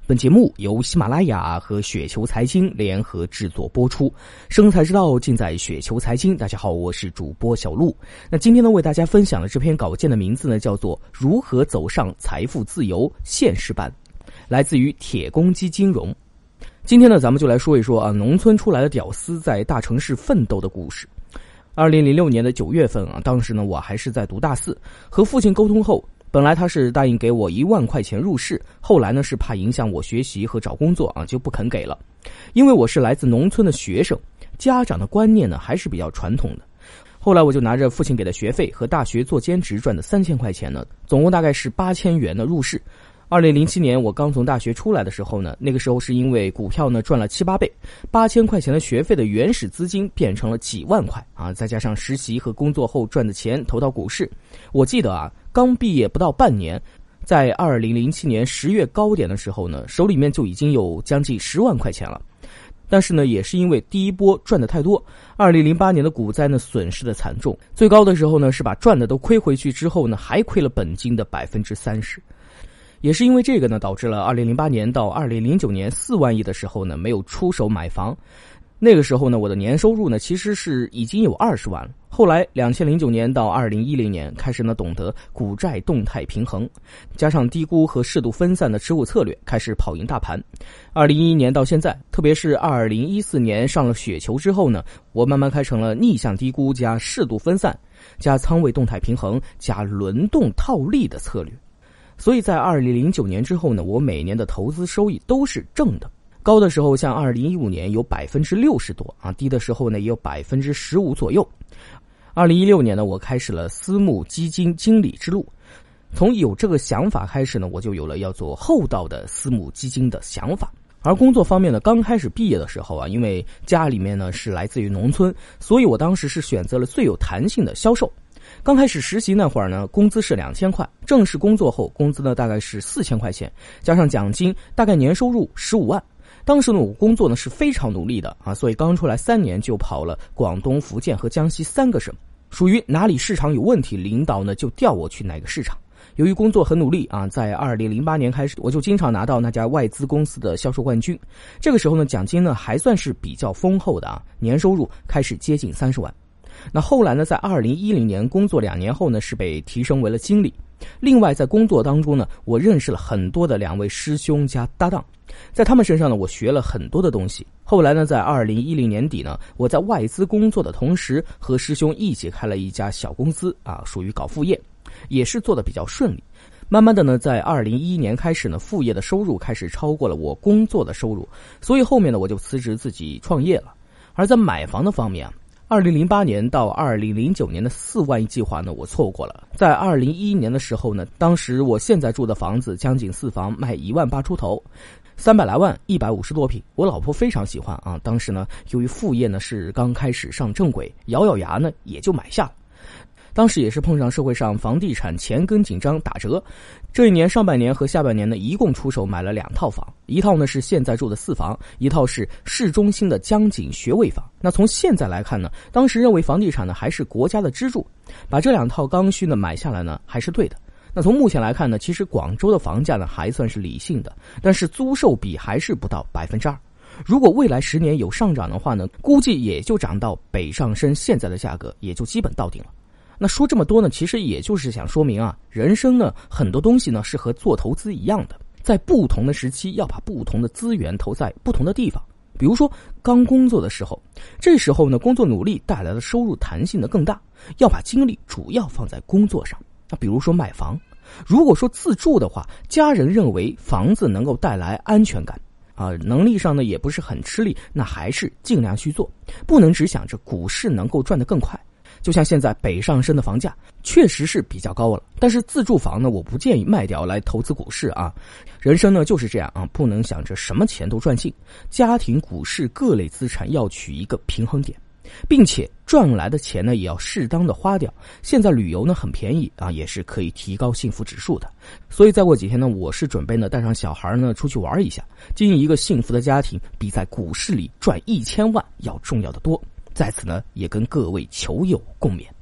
本节目由喜马拉雅和雪球财经联合制作播出，生财之道尽在雪球财经。大家好，我是主播小璐。那今天呢，为大家分享的这篇稿件的名字呢，叫做《如何走上财富自由现实版》，来自于铁公鸡金融。今天呢，咱们就来说一说农村出来的屌丝在大城市奋斗的故事。2006年的9月份当时呢，我还是在读大4，和父亲沟通后，本来他是答应给我1万块钱入市，后来呢是怕影响我学习和找工作就不肯给了。因为我是来自农村的学生，家长的观念呢还是比较传统的。后来我就拿着父亲给的学费和大学做兼职赚的3000块钱呢，总共大概是8000元的入市。2007年我刚从大学出来的时候呢，那个时候是因为股票呢赚了7、8倍，8000块钱的学费的原始资金变成了几万块再加上实习和工作后赚的钱投到股市。我记得刚毕业不到半年，在2007年10月高点的时候呢，手里面就已经有将近10万块钱了。但是呢，也是因为第一波赚的太多，2008年的股灾呢损失的惨重，最高的时候呢是把赚的都亏回去之后呢，还亏了本金的30%。也是因为这个呢，导致了2008年到2009年4万亿的时候呢，没有出手买房。那个时候呢，我的年收入呢其实是已经有20万了。后来2009年到2010年开始呢，懂得股债动态平衡，加上低估和适度分散的持股策略，开始跑赢大盘。2011年到现在，特别是2014年上了雪球之后呢，我慢慢开成了逆向低估加适度分散加仓位动态平衡加轮动套利的策略。所以在2009年之后呢，我每年的投资收益都是正的，高的时候像2015年有60%多低的时候呢也有15%左右。2016年呢，我开始了私募基金经理之路。从有这个想法开始呢，我就有了要做厚道的私募基金的想法。而工作方面呢，刚开始毕业的时候因为家里面呢是来自于农村，所以我当时是选择了最有弹性的销售。刚开始实习那会儿呢，工资是2000块，正式工作后工资呢大概是4000块钱，加上奖金，大概年收入15万。当时呢，我工作呢是非常努力的所以刚出来3年就跑了广东、福建和江西3个省，属于哪里市场有问题，领导呢就调我去哪个市场。由于工作很努力在2008年开始，我就经常拿到那家外资公司的销售冠军。这个时候呢，奖金呢还算是比较丰厚的年收入开始接近30万。那后来呢，在2010年工作2年后呢，是被提升为了经理。另外在工作当中呢，我认识了很多的2位师兄加搭档，在他们身上呢，我学了很多的东西。后来呢，在2010年底呢，我在外资工作的同时，和师兄一起开了一家小公司属于搞副业，也是做得比较顺利。慢慢的呢，在2011年开始呢，副业的收入开始超过了我工作的收入，所以后面呢，我就辞职自己创业了。而在买房的方面2008年到2009年的4万亿计划呢，我错过了。在2011年的时候呢，当时我现在住的房子将近4房卖1万8出头，300来万，150多平，我老婆非常喜欢当时呢，由于副业呢是刚开始上正轨，咬咬牙呢也就买下了。当时也是碰上社会上房地产钱跟紧张打折，这一年上半年和下半年呢，一共出手买了2套房，一套呢是现在住的4房，一套是市中心的江景学位房。那从现在来看呢，当时认为房地产呢还是国家的支柱，把这2套刚需呢买下来呢还是对的。那从目前来看呢，其实广州的房价呢还算是理性的，但是租售比还是不到2%。如果未来10年有上涨的话呢，估计也就涨到北上深现在的价格，也就基本到顶了。那说这么多呢，其实也就是想说明人生呢很多东西呢是和做投资一样的，在不同的时期要把不同的资源投在不同的地方。比如说刚工作的时候，这时候呢工作努力带来的收入弹性的更大，要把精力主要放在工作上。那比如说买房，如果说自住的话，家人认为房子能够带来安全感能力上呢也不是很吃力，那还是尽量去做，不能只想着股市能够赚得更快。就像现在北上深的房价确实是比较高了，但是自住房呢，我不建议卖掉来投资股市人生呢就是这样不能想着什么钱都赚尽，家庭、股市各类资产要取一个平衡点，并且赚来的钱呢也要适当的花掉。现在旅游呢很便宜也是可以提高幸福指数的。所以再过几天呢，我是准备呢带上小孩呢出去玩一下，经营一个幸福的家庭，比在股市里赚1000万要重要的多。在此呢，也跟各位球友共勉。